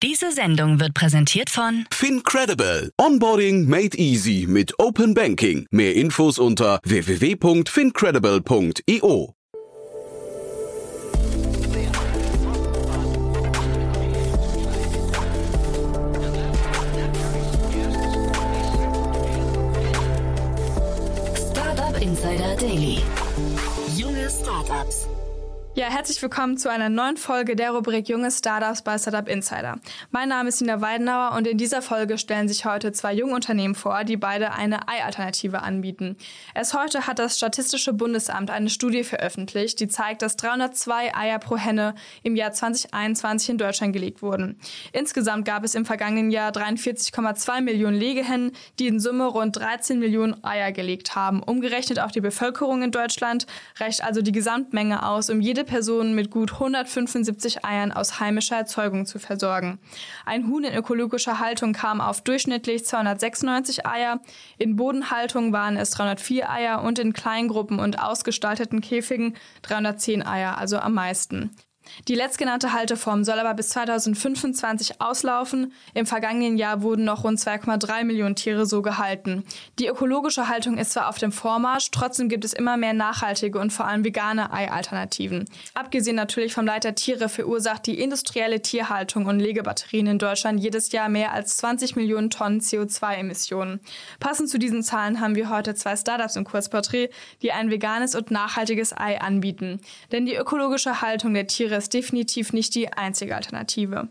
Diese Sendung wird präsentiert von FinCredible. Onboarding made easy mit Open Banking. Mehr Infos unter www.fincredible.io. Startup Insider Daily. Junge Startups. Ja, herzlich willkommen zu einer neuen Folge der Rubrik Junge Startups bei Startup Insider. Mein Name ist Nina Weidenauer und in dieser Folge stellen sich heute zwei junge Unternehmen vor, die beide eine Ei-Alternative anbieten. Erst heute hat das Statistische Bundesamt eine Studie veröffentlicht, die zeigt, dass 302 Eier pro Henne im Jahr 2021 in Deutschland gelegt wurden. Insgesamt gab es im vergangenen Jahr 43,2 Millionen Legehennen, die in Summe rund 13 Millionen Eier gelegt haben. Umgerechnet auf die Bevölkerung in Deutschland reicht also die Gesamtmenge aus, um jede Person mit gut 175 Eiern aus heimischer Erzeugung zu versorgen. Ein Huhn in ökologischer Haltung kam auf durchschnittlich 296 Eier, in Bodenhaltung waren es 304 Eier und in Kleingruppen und ausgestalteten Käfigen 310 Eier, also am meisten. Die letztgenannte Halteform soll aber bis 2025 auslaufen. Im vergangenen Jahr wurden noch rund 2,3 Millionen Tiere so gehalten. Die ökologische Haltung ist zwar auf dem Vormarsch, trotzdem gibt es immer mehr nachhaltige und vor allem vegane Ei-Alternativen. Abgesehen natürlich vom Leid der Tiere verursacht die industrielle Tierhaltung und Legebatterien in Deutschland jedes Jahr mehr als 20 Millionen Tonnen CO2-Emissionen. Passend zu diesen Zahlen haben wir heute zwei Startups im Kurzporträt, die ein veganes und nachhaltiges Ei anbieten. Denn die ökologische Haltung der Tiere ist definitiv nicht die einzige Alternative.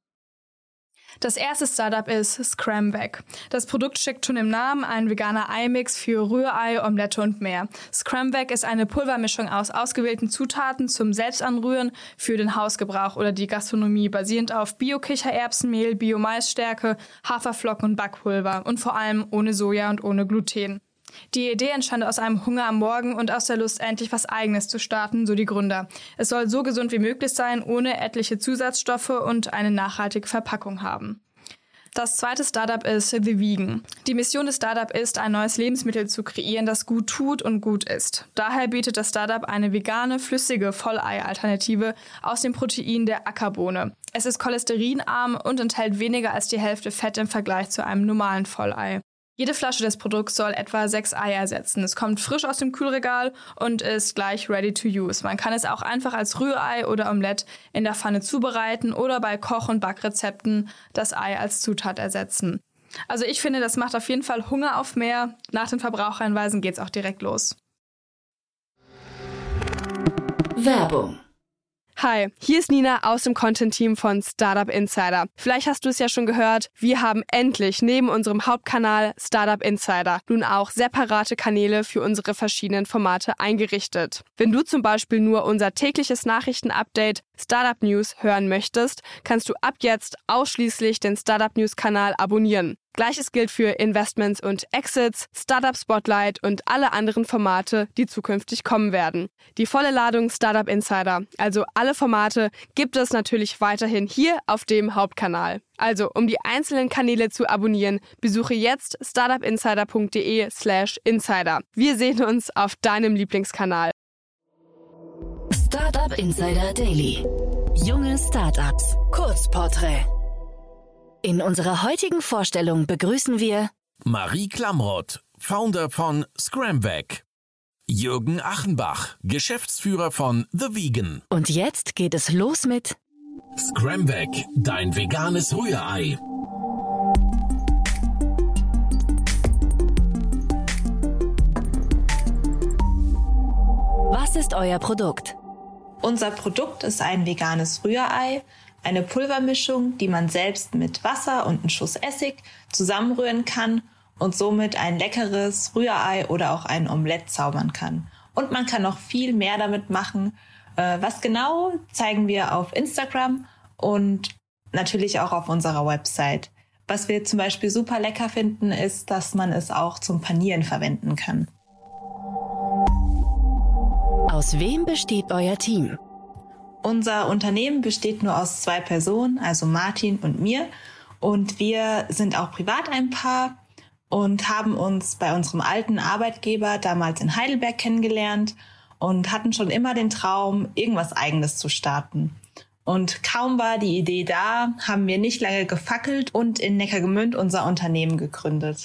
Das erste Startup ist Scramback. Das Produkt steckt schon im Namen, ein veganer Eimix für Rührei, Omelette und mehr. Scramback ist eine Pulvermischung aus ausgewählten Zutaten zum Selbstanrühren für den Hausgebrauch oder die Gastronomie, basierend auf Bio-Kichererbsenmehl, Bio-Maisstärke, Haferflocken und Backpulver und vor allem ohne Soja und ohne Gluten. Die Idee entstand aus einem Hunger am Morgen und aus der Lust, endlich was Eigenes zu starten, so die Gründer. Es soll so gesund wie möglich sein, ohne etliche Zusatzstoffe und eine nachhaltige Verpackung haben. Das zweite Startup ist The Vegan. Die Mission des Startups ist, ein neues Lebensmittel zu kreieren, das gut tut und gut ist. Daher bietet das Startup eine vegane, flüssige Vollei-Alternative aus dem Protein der Ackerbohne. Es ist cholesterinarm und enthält weniger als die Hälfte Fett im Vergleich zu einem normalen Vollei. Jede Flasche des Produkts soll etwa 6 Eier ersetzen. Es kommt frisch aus dem Kühlregal und ist gleich ready to use. Man kann es auch einfach als Rührei oder Omelette in der Pfanne zubereiten oder bei Koch- und Backrezepten das Ei als Zutat ersetzen. Also ich finde, das macht auf jeden Fall Hunger auf mehr. Nach den Verbraucherhinweisen geht's auch direkt los. Werbung. Hi, hier ist Nina aus dem Content-Team von Startup Insider. Vielleicht hast du es ja schon gehört, wir haben endlich neben unserem Hauptkanal Startup Insider nun auch separate Kanäle für unsere verschiedenen Formate eingerichtet. Wenn du zum Beispiel nur unser tägliches Nachrichtenupdate Startup News hören möchtest, kannst du ab jetzt ausschließlich den Startup News Kanal abonnieren. Gleiches gilt für Investments und Exits, Startup Spotlight und alle anderen Formate, die zukünftig kommen werden. Die volle Ladung Startup Insider, also alle Formate, gibt es natürlich weiterhin hier auf dem Hauptkanal. Also, um die einzelnen Kanäle zu abonnieren, besuche jetzt startupinsider.de/insider. Wir sehen uns auf deinem Lieblingskanal. Startup Insider Daily. Junge Startups. Kurzporträt. In unserer heutigen Vorstellung begrüßen wir Marie Klamroth, Founder von Scramback. Jürgen Achenbach, Geschäftsführer von The Vegan. Und jetzt geht es los mit Scramback, dein veganes Rührei. Was ist euer Produkt? Unser Produkt ist ein veganes Rührei, eine Pulvermischung, die man selbst mit Wasser und einem Schuss Essig zusammenrühren kann und somit ein leckeres Rührei oder auch ein Omelett zaubern kann. Und man kann noch viel mehr damit machen. Was genau, zeigen wir auf Instagram und natürlich auch auf unserer Website. Was wir zum Beispiel super lecker finden, ist, dass man es auch zum Panieren verwenden kann. Aus wem besteht euer Team? Unser Unternehmen besteht nur aus 2 Personen, also Martin und mir. Und wir sind auch privat ein Paar und haben uns bei unserem alten Arbeitgeber damals in Heidelberg kennengelernt und hatten schon immer den Traum, irgendwas Eigenes zu starten. Und kaum war die Idee da, haben wir nicht lange gefackelt und in Neckargemünd unser Unternehmen gegründet.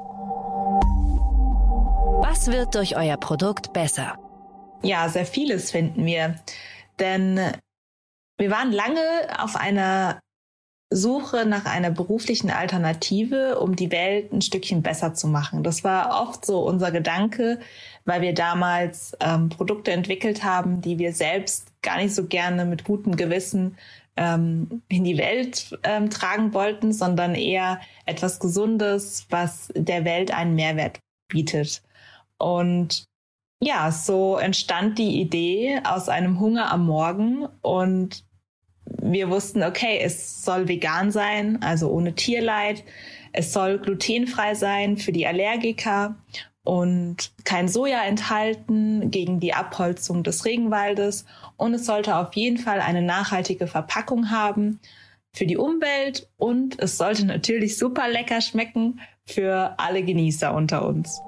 Was wird durch euer Produkt besser? Ja, sehr vieles finden wir. Denn wir waren lange auf einer Suche nach einer beruflichen Alternative, um die Welt ein Stückchen besser zu machen. Das war oft so unser Gedanke, weil wir damals Produkte entwickelt haben, die wir selbst gar nicht so gerne mit gutem Gewissen in die Welt tragen wollten, sondern eher etwas Gesundes, was der Welt einen Mehrwert bietet. Und ja, so entstand die Idee aus einem Hunger am Morgen und wir wussten, okay, es soll vegan sein, also ohne Tierleid. Es soll glutenfrei sein für die Allergiker und kein Soja enthalten gegen die Abholzung des Regenwaldes. Und es sollte auf jeden Fall eine nachhaltige Verpackung haben für die Umwelt und es sollte natürlich super lecker schmecken für alle Genießer unter uns.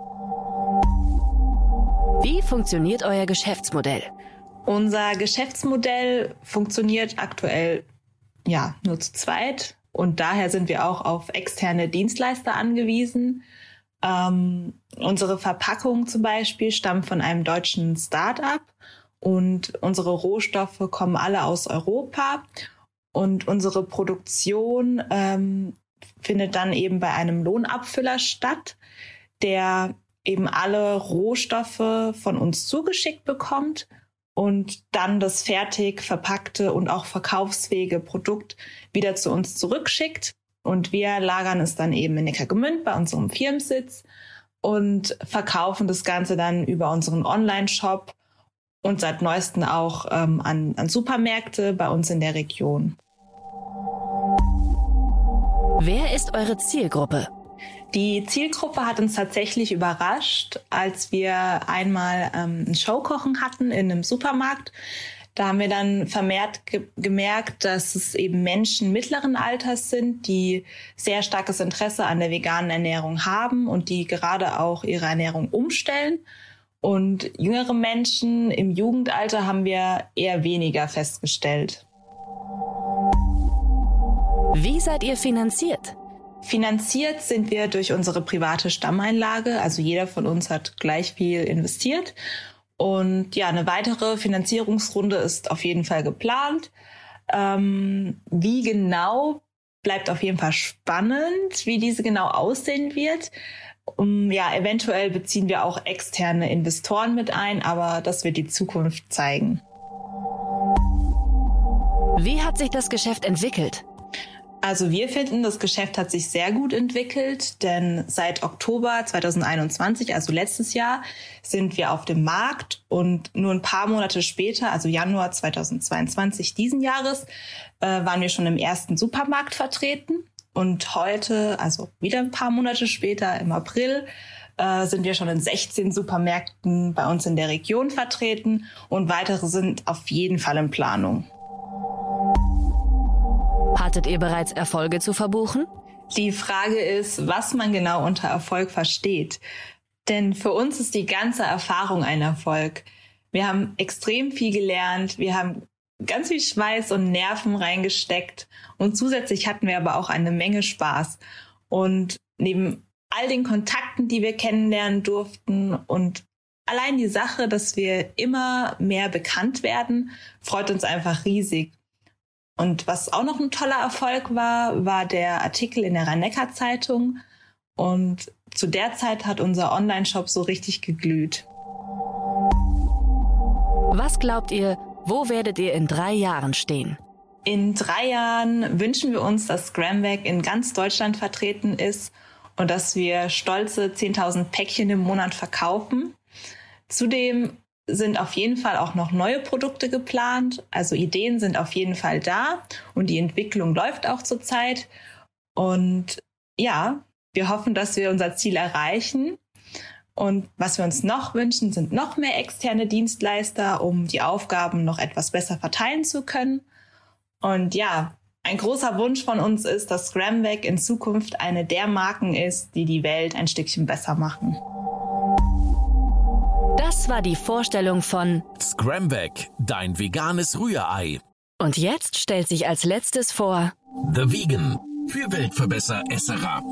Wie funktioniert euer Geschäftsmodell? Unser Geschäftsmodell funktioniert aktuell nur zu zweit und daher sind wir auch auf externe Dienstleister angewiesen. Unsere Verpackung zum Beispiel stammt von einem deutschen Start-up und unsere Rohstoffe kommen alle aus Europa und unsere Produktion findet dann eben bei einem Lohnabfüller statt, der eben alle Rohstoffe von uns zugeschickt bekommt und dann das fertig verpackte und auch verkaufsfähige Produkt wieder zu uns zurückschickt. Und wir lagern es dann eben in Neckargemünd bei unserem Firmensitz und verkaufen das Ganze dann über unseren Online-Shop und seit neuestem auch an Supermärkte bei uns in der Region. Wer ist eure Zielgruppe? Die Zielgruppe hat uns tatsächlich überrascht, als wir einmal ein Showkochen hatten in einem Supermarkt. Da haben wir dann vermehrt gemerkt, dass es eben Menschen mittleren Alters sind, die sehr starkes Interesse an der veganen Ernährung haben und die gerade auch ihre Ernährung umstellen. Und jüngere Menschen im Jugendalter haben wir eher weniger festgestellt. Wie seid ihr finanziert? Finanziert sind wir durch unsere private Stammeinlage, also jeder von uns hat gleich viel investiert. Und ja, eine weitere Finanzierungsrunde ist auf jeden Fall geplant. Wie genau, bleibt auf jeden Fall spannend, wie diese genau aussehen wird. Eventuell beziehen wir auch externe Investoren mit ein, aber das wird die Zukunft zeigen. Wie hat sich das Geschäft entwickelt? Also wir finden, das Geschäft hat sich sehr gut entwickelt, denn seit Oktober 2021, also letztes Jahr, sind wir auf dem Markt und nur ein paar Monate später, also Januar 2022 diesen Jahres, waren wir schon im ersten Supermarkt vertreten und heute, also wieder ein paar Monate später, im April, sind wir schon in 16 Supermärkten bei uns in der Region vertreten und weitere sind auf jeden Fall in Planung. Hattet ihr bereits Erfolge zu verbuchen? Die Frage ist, was man genau unter Erfolg versteht. Denn für uns ist die ganze Erfahrung ein Erfolg. Wir haben extrem viel gelernt, wir haben ganz viel Schweiß und Nerven reingesteckt und zusätzlich hatten wir aber auch eine Menge Spaß. Und neben all den Kontakten, die wir kennenlernen durften und allein die Sache, dass wir immer mehr bekannt werden, freut uns einfach riesig. Und was auch noch ein toller Erfolg war der Artikel in der Rhein-Neckar-Zeitung. Und zu der Zeit hat unser Online-Shop so richtig geglüht. Was glaubt ihr, wo werdet ihr in 3 Jahren stehen? In 3 Jahren wünschen wir uns, dass Scramveg in ganz Deutschland vertreten ist und dass wir stolze 10.000 Päckchen im Monat verkaufen. Zudem sind auf jeden Fall auch noch neue Produkte geplant. Also Ideen sind auf jeden Fall da und die Entwicklung läuft auch zurzeit. Und ja, wir hoffen, dass wir unser Ziel erreichen. Und was wir uns noch wünschen, sind noch mehr externe Dienstleister, um die Aufgaben noch etwas besser verteilen zu können. Und ja, ein großer Wunsch von uns ist, dass Scramveg in Zukunft eine der Marken ist, die die Welt ein Stückchen besser machen. Das war die Vorstellung von Scramveg, dein veganes Rührei. Und jetzt stellt sich als letztes vor The Vegan für Weltverbesseresserer.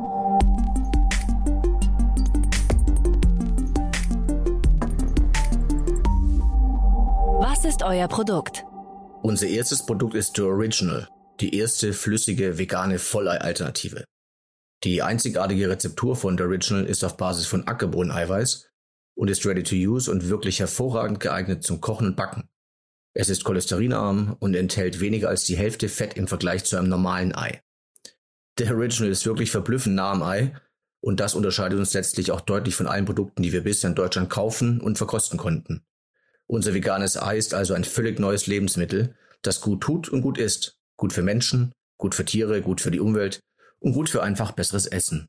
Was ist euer Produkt? Unser erstes Produkt ist The Original, die erste flüssige vegane Vollei-Alternative. Die einzigartige Rezeptur von The Original ist auf Basis von Ackerbohneneiweiß und ist ready to use und wirklich hervorragend geeignet zum Kochen und Backen. Es ist cholesterinarm und enthält weniger als die Hälfte Fett im Vergleich zu einem normalen Ei. The Original ist wirklich verblüffend nah am Ei und das unterscheidet uns letztlich auch deutlich von allen Produkten, die wir bisher in Deutschland kaufen und verkosten konnten. Unser veganes Ei ist also ein völlig neues Lebensmittel, das gut tut und gut ist. Gut für Menschen, gut für Tiere, gut für die Umwelt und gut für einfach besseres Essen.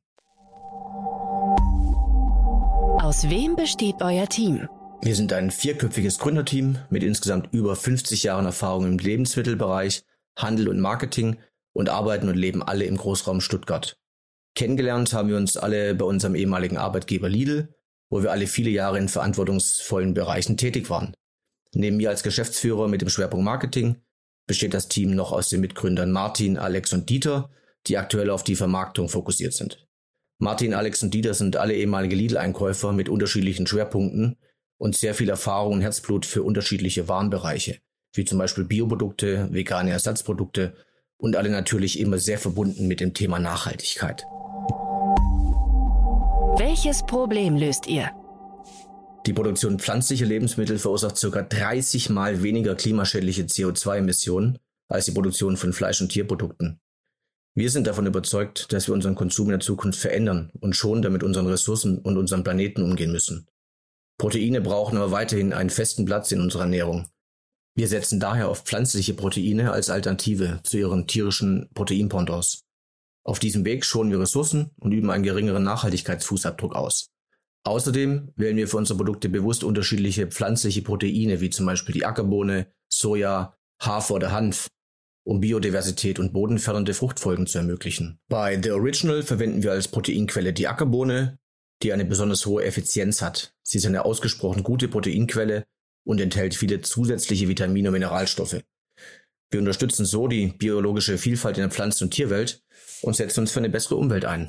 Aus wem besteht euer Team? Wir sind ein 4-köpfiges Gründerteam mit insgesamt über 50 Jahren Erfahrung im Lebensmittelbereich, Handel und Marketing und arbeiten und leben alle im Großraum Stuttgart. Kennengelernt haben wir uns alle bei unserem ehemaligen Arbeitgeber Lidl, wo wir alle viele Jahre in verantwortungsvollen Bereichen tätig waren. Neben mir als Geschäftsführer mit dem Schwerpunkt Marketing besteht das Team noch aus den Mitgründern Martin, Alex und Dieter, die aktuell auf die Vermarktung fokussiert sind. Martin, Alex und Dieter sind alle ehemalige Lidl-Einkäufer mit unterschiedlichen Schwerpunkten und sehr viel Erfahrung und Herzblut für unterschiedliche Warenbereiche, wie zum Beispiel Bioprodukte, vegane Ersatzprodukte und alle natürlich immer sehr verbunden mit dem Thema Nachhaltigkeit. Welches Problem löst ihr? Die Produktion pflanzlicher Lebensmittel verursacht ca. 30 Mal weniger klimaschädliche CO2-Emissionen als die Produktion von Fleisch- und Tierprodukten. Wir sind davon überzeugt, dass wir unseren Konsum in der Zukunft verändern und schonender mit unseren Ressourcen und unserem Planeten umgehen müssen. Proteine brauchen aber weiterhin einen festen Platz in unserer Ernährung. Wir setzen daher auf pflanzliche Proteine als Alternative zu ihren tierischen Proteinpendants. Auf diesem Weg schonen wir Ressourcen und üben einen geringeren Nachhaltigkeitsfußabdruck aus. Außerdem wählen wir für unsere Produkte bewusst unterschiedliche pflanzliche Proteine, wie zum Beispiel die Ackerbohne, Soja, Hafer oder Hanf, um Biodiversität und bodenfördernde Fruchtfolgen zu ermöglichen. Bei The Original verwenden wir als Proteinquelle die Ackerbohne, die eine besonders hohe Effizienz hat. Sie ist eine ausgesprochen gute Proteinquelle und enthält viele zusätzliche Vitamine und Mineralstoffe. Wir unterstützen so die biologische Vielfalt in der Pflanzen- und Tierwelt und setzen uns für eine bessere Umwelt ein.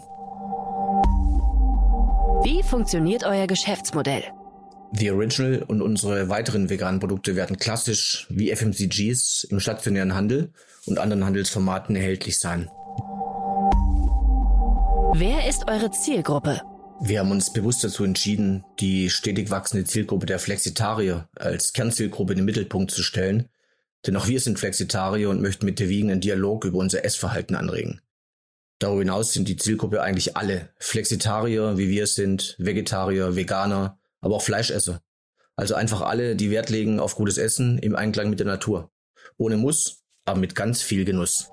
Wie funktioniert euer Geschäftsmodell? The Original und unsere weiteren veganen Produkte werden klassisch wie FMCGs im stationären Handel und anderen Handelsformaten erhältlich sein. Wer ist eure Zielgruppe? Wir haben uns bewusst dazu entschieden, die stetig wachsende Zielgruppe der Flexitarier als Kernzielgruppe in den Mittelpunkt zu stellen, denn auch wir sind Flexitarier und möchten mit The Vegan einen Dialog über unser Essverhalten anregen. Darüber hinaus sind die Zielgruppe eigentlich alle Flexitarier, wie wir sind, Vegetarier, Veganer, aber auch Fleischesser. Also einfach alle, die Wert legen auf gutes Essen im Einklang mit der Natur. Ohne Muss, aber mit ganz viel Genuss.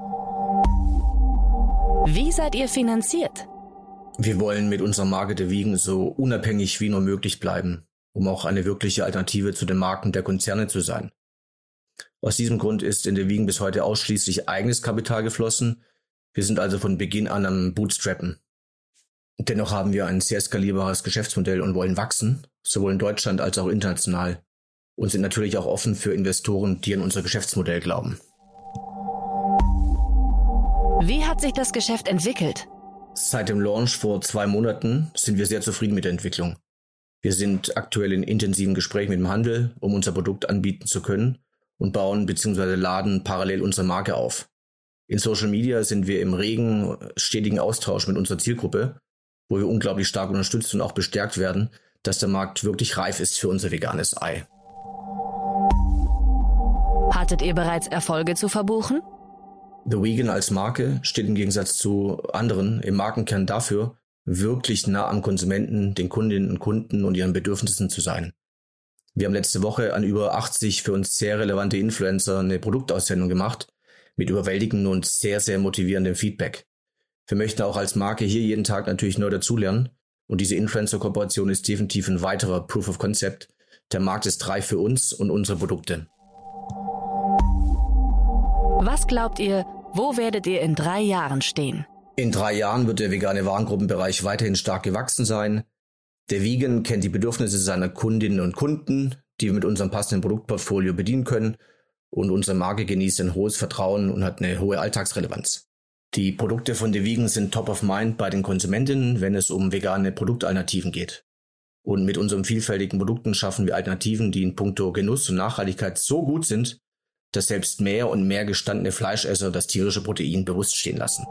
Wie seid ihr finanziert? Wir wollen mit unserer Marke The Vegan so unabhängig wie nur möglich bleiben, um auch eine wirkliche Alternative zu den Marken der Konzerne zu sein. Aus diesem Grund ist in The Vegan bis heute ausschließlich eigenes Kapital geflossen. Wir sind also von Beginn an am Bootstrappen. Dennoch haben wir ein sehr skalierbares Geschäftsmodell und wollen wachsen, sowohl in Deutschland als auch international. Und sind natürlich auch offen für Investoren, die an unser Geschäftsmodell glauben. Wie hat sich das Geschäft entwickelt? Seit dem Launch vor 2 Monaten sind wir sehr zufrieden mit der Entwicklung. Wir sind aktuell in intensiven Gesprächen mit dem Handel, um unser Produkt anbieten zu können und bauen bzw. laden parallel unsere Marke auf. In Social Media sind wir im regen, stetigen Austausch mit unserer Zielgruppe, wo wir unglaublich stark unterstützt und auch bestärkt werden, dass der Markt wirklich reif ist für unser veganes Ei. Hattet ihr bereits Erfolge zu verbuchen? The Vegan als Marke steht im Gegensatz zu anderen im Markenkern dafür, wirklich nah am Konsumenten, den Kundinnen und Kunden und ihren Bedürfnissen zu sein. Wir haben letzte Woche an über 80 für uns sehr relevante Influencer eine Produktaussendung gemacht, mit überwältigendem und sehr, sehr motivierendem Feedback. Wir möchten auch als Marke hier jeden Tag natürlich neu dazulernen und diese Influencer-Kooperation ist definitiv ein weiterer Proof of Concept. Der Markt ist reif für uns und unsere Produkte. Was glaubt ihr, wo werdet ihr in 3 Jahren stehen? In 3 Jahren wird der vegane Warengruppenbereich weiterhin stark gewachsen sein. Der Vegan kennt die Bedürfnisse seiner Kundinnen und Kunden, die wir mit unserem passenden Produktportfolio bedienen können. und unsere Marke genießt ein hohes Vertrauen und hat eine hohe Alltagsrelevanz. Die Produkte von The Vegan sind top of mind bei den Konsumentinnen, wenn es um vegane Produktalternativen geht. Und mit unseren vielfältigen Produkten schaffen wir Alternativen, die in puncto Genuss und Nachhaltigkeit so gut sind, dass selbst mehr und mehr gestandene Fleischesser das tierische Protein bewusst stehen lassen.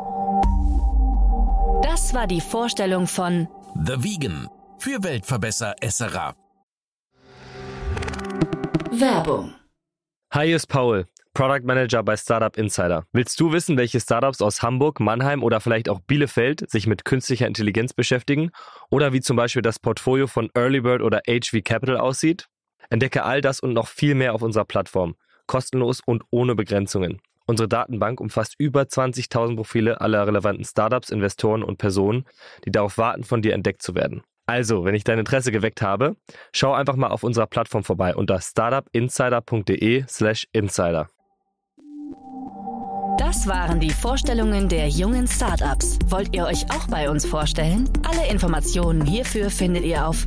Das war die Vorstellung von The Vegan für Weltverbesser-Esserer. Werbung. Hi, hier ist Paul, Product Manager bei Startup Insider. Willst du wissen, welche Startups aus Hamburg, Mannheim oder vielleicht auch Bielefeld sich mit künstlicher Intelligenz beschäftigen? Oder wie zum Beispiel das Portfolio von Earlybird oder HV Capital aussieht? Entdecke all das und noch viel mehr auf unserer Plattform. Kostenlos und ohne Begrenzungen. Unsere Datenbank umfasst über 20.000 Profile aller relevanten Startups, Investoren und Personen, die darauf warten, von dir entdeckt zu werden. Also, wenn ich dein Interesse geweckt habe, schau einfach mal auf unserer Plattform vorbei unter startupinsider.de/insider. Das waren die Vorstellungen der jungen Startups. Wollt ihr euch auch bei uns vorstellen? Alle Informationen hierfür findet ihr auf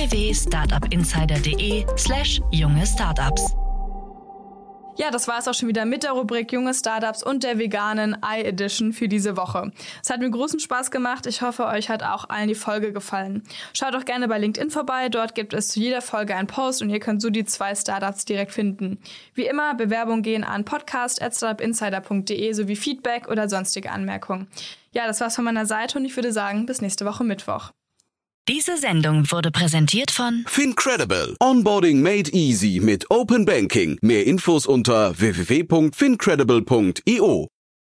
www.startupinsider.de/junge Startups. Ja, das war es auch schon wieder mit der Rubrik Junge Startups und der veganen Ei-Edition für diese Woche. Es hat mir großen Spaß gemacht. Ich hoffe, euch hat auch allen die Folge gefallen. Schaut doch gerne bei LinkedIn vorbei. Dort gibt es zu jeder Folge einen Post und ihr könnt so die 2 Startups direkt finden. Wie immer, Bewerbungen gehen an podcast@startupinsider.de sowie Feedback oder sonstige Anmerkungen. Ja, das war's von meiner Seite und ich würde sagen, bis nächste Woche Mittwoch. Diese Sendung wurde präsentiert von Fincredible. Onboarding made easy mit Open Banking. Mehr Infos unter www.fincredible.io.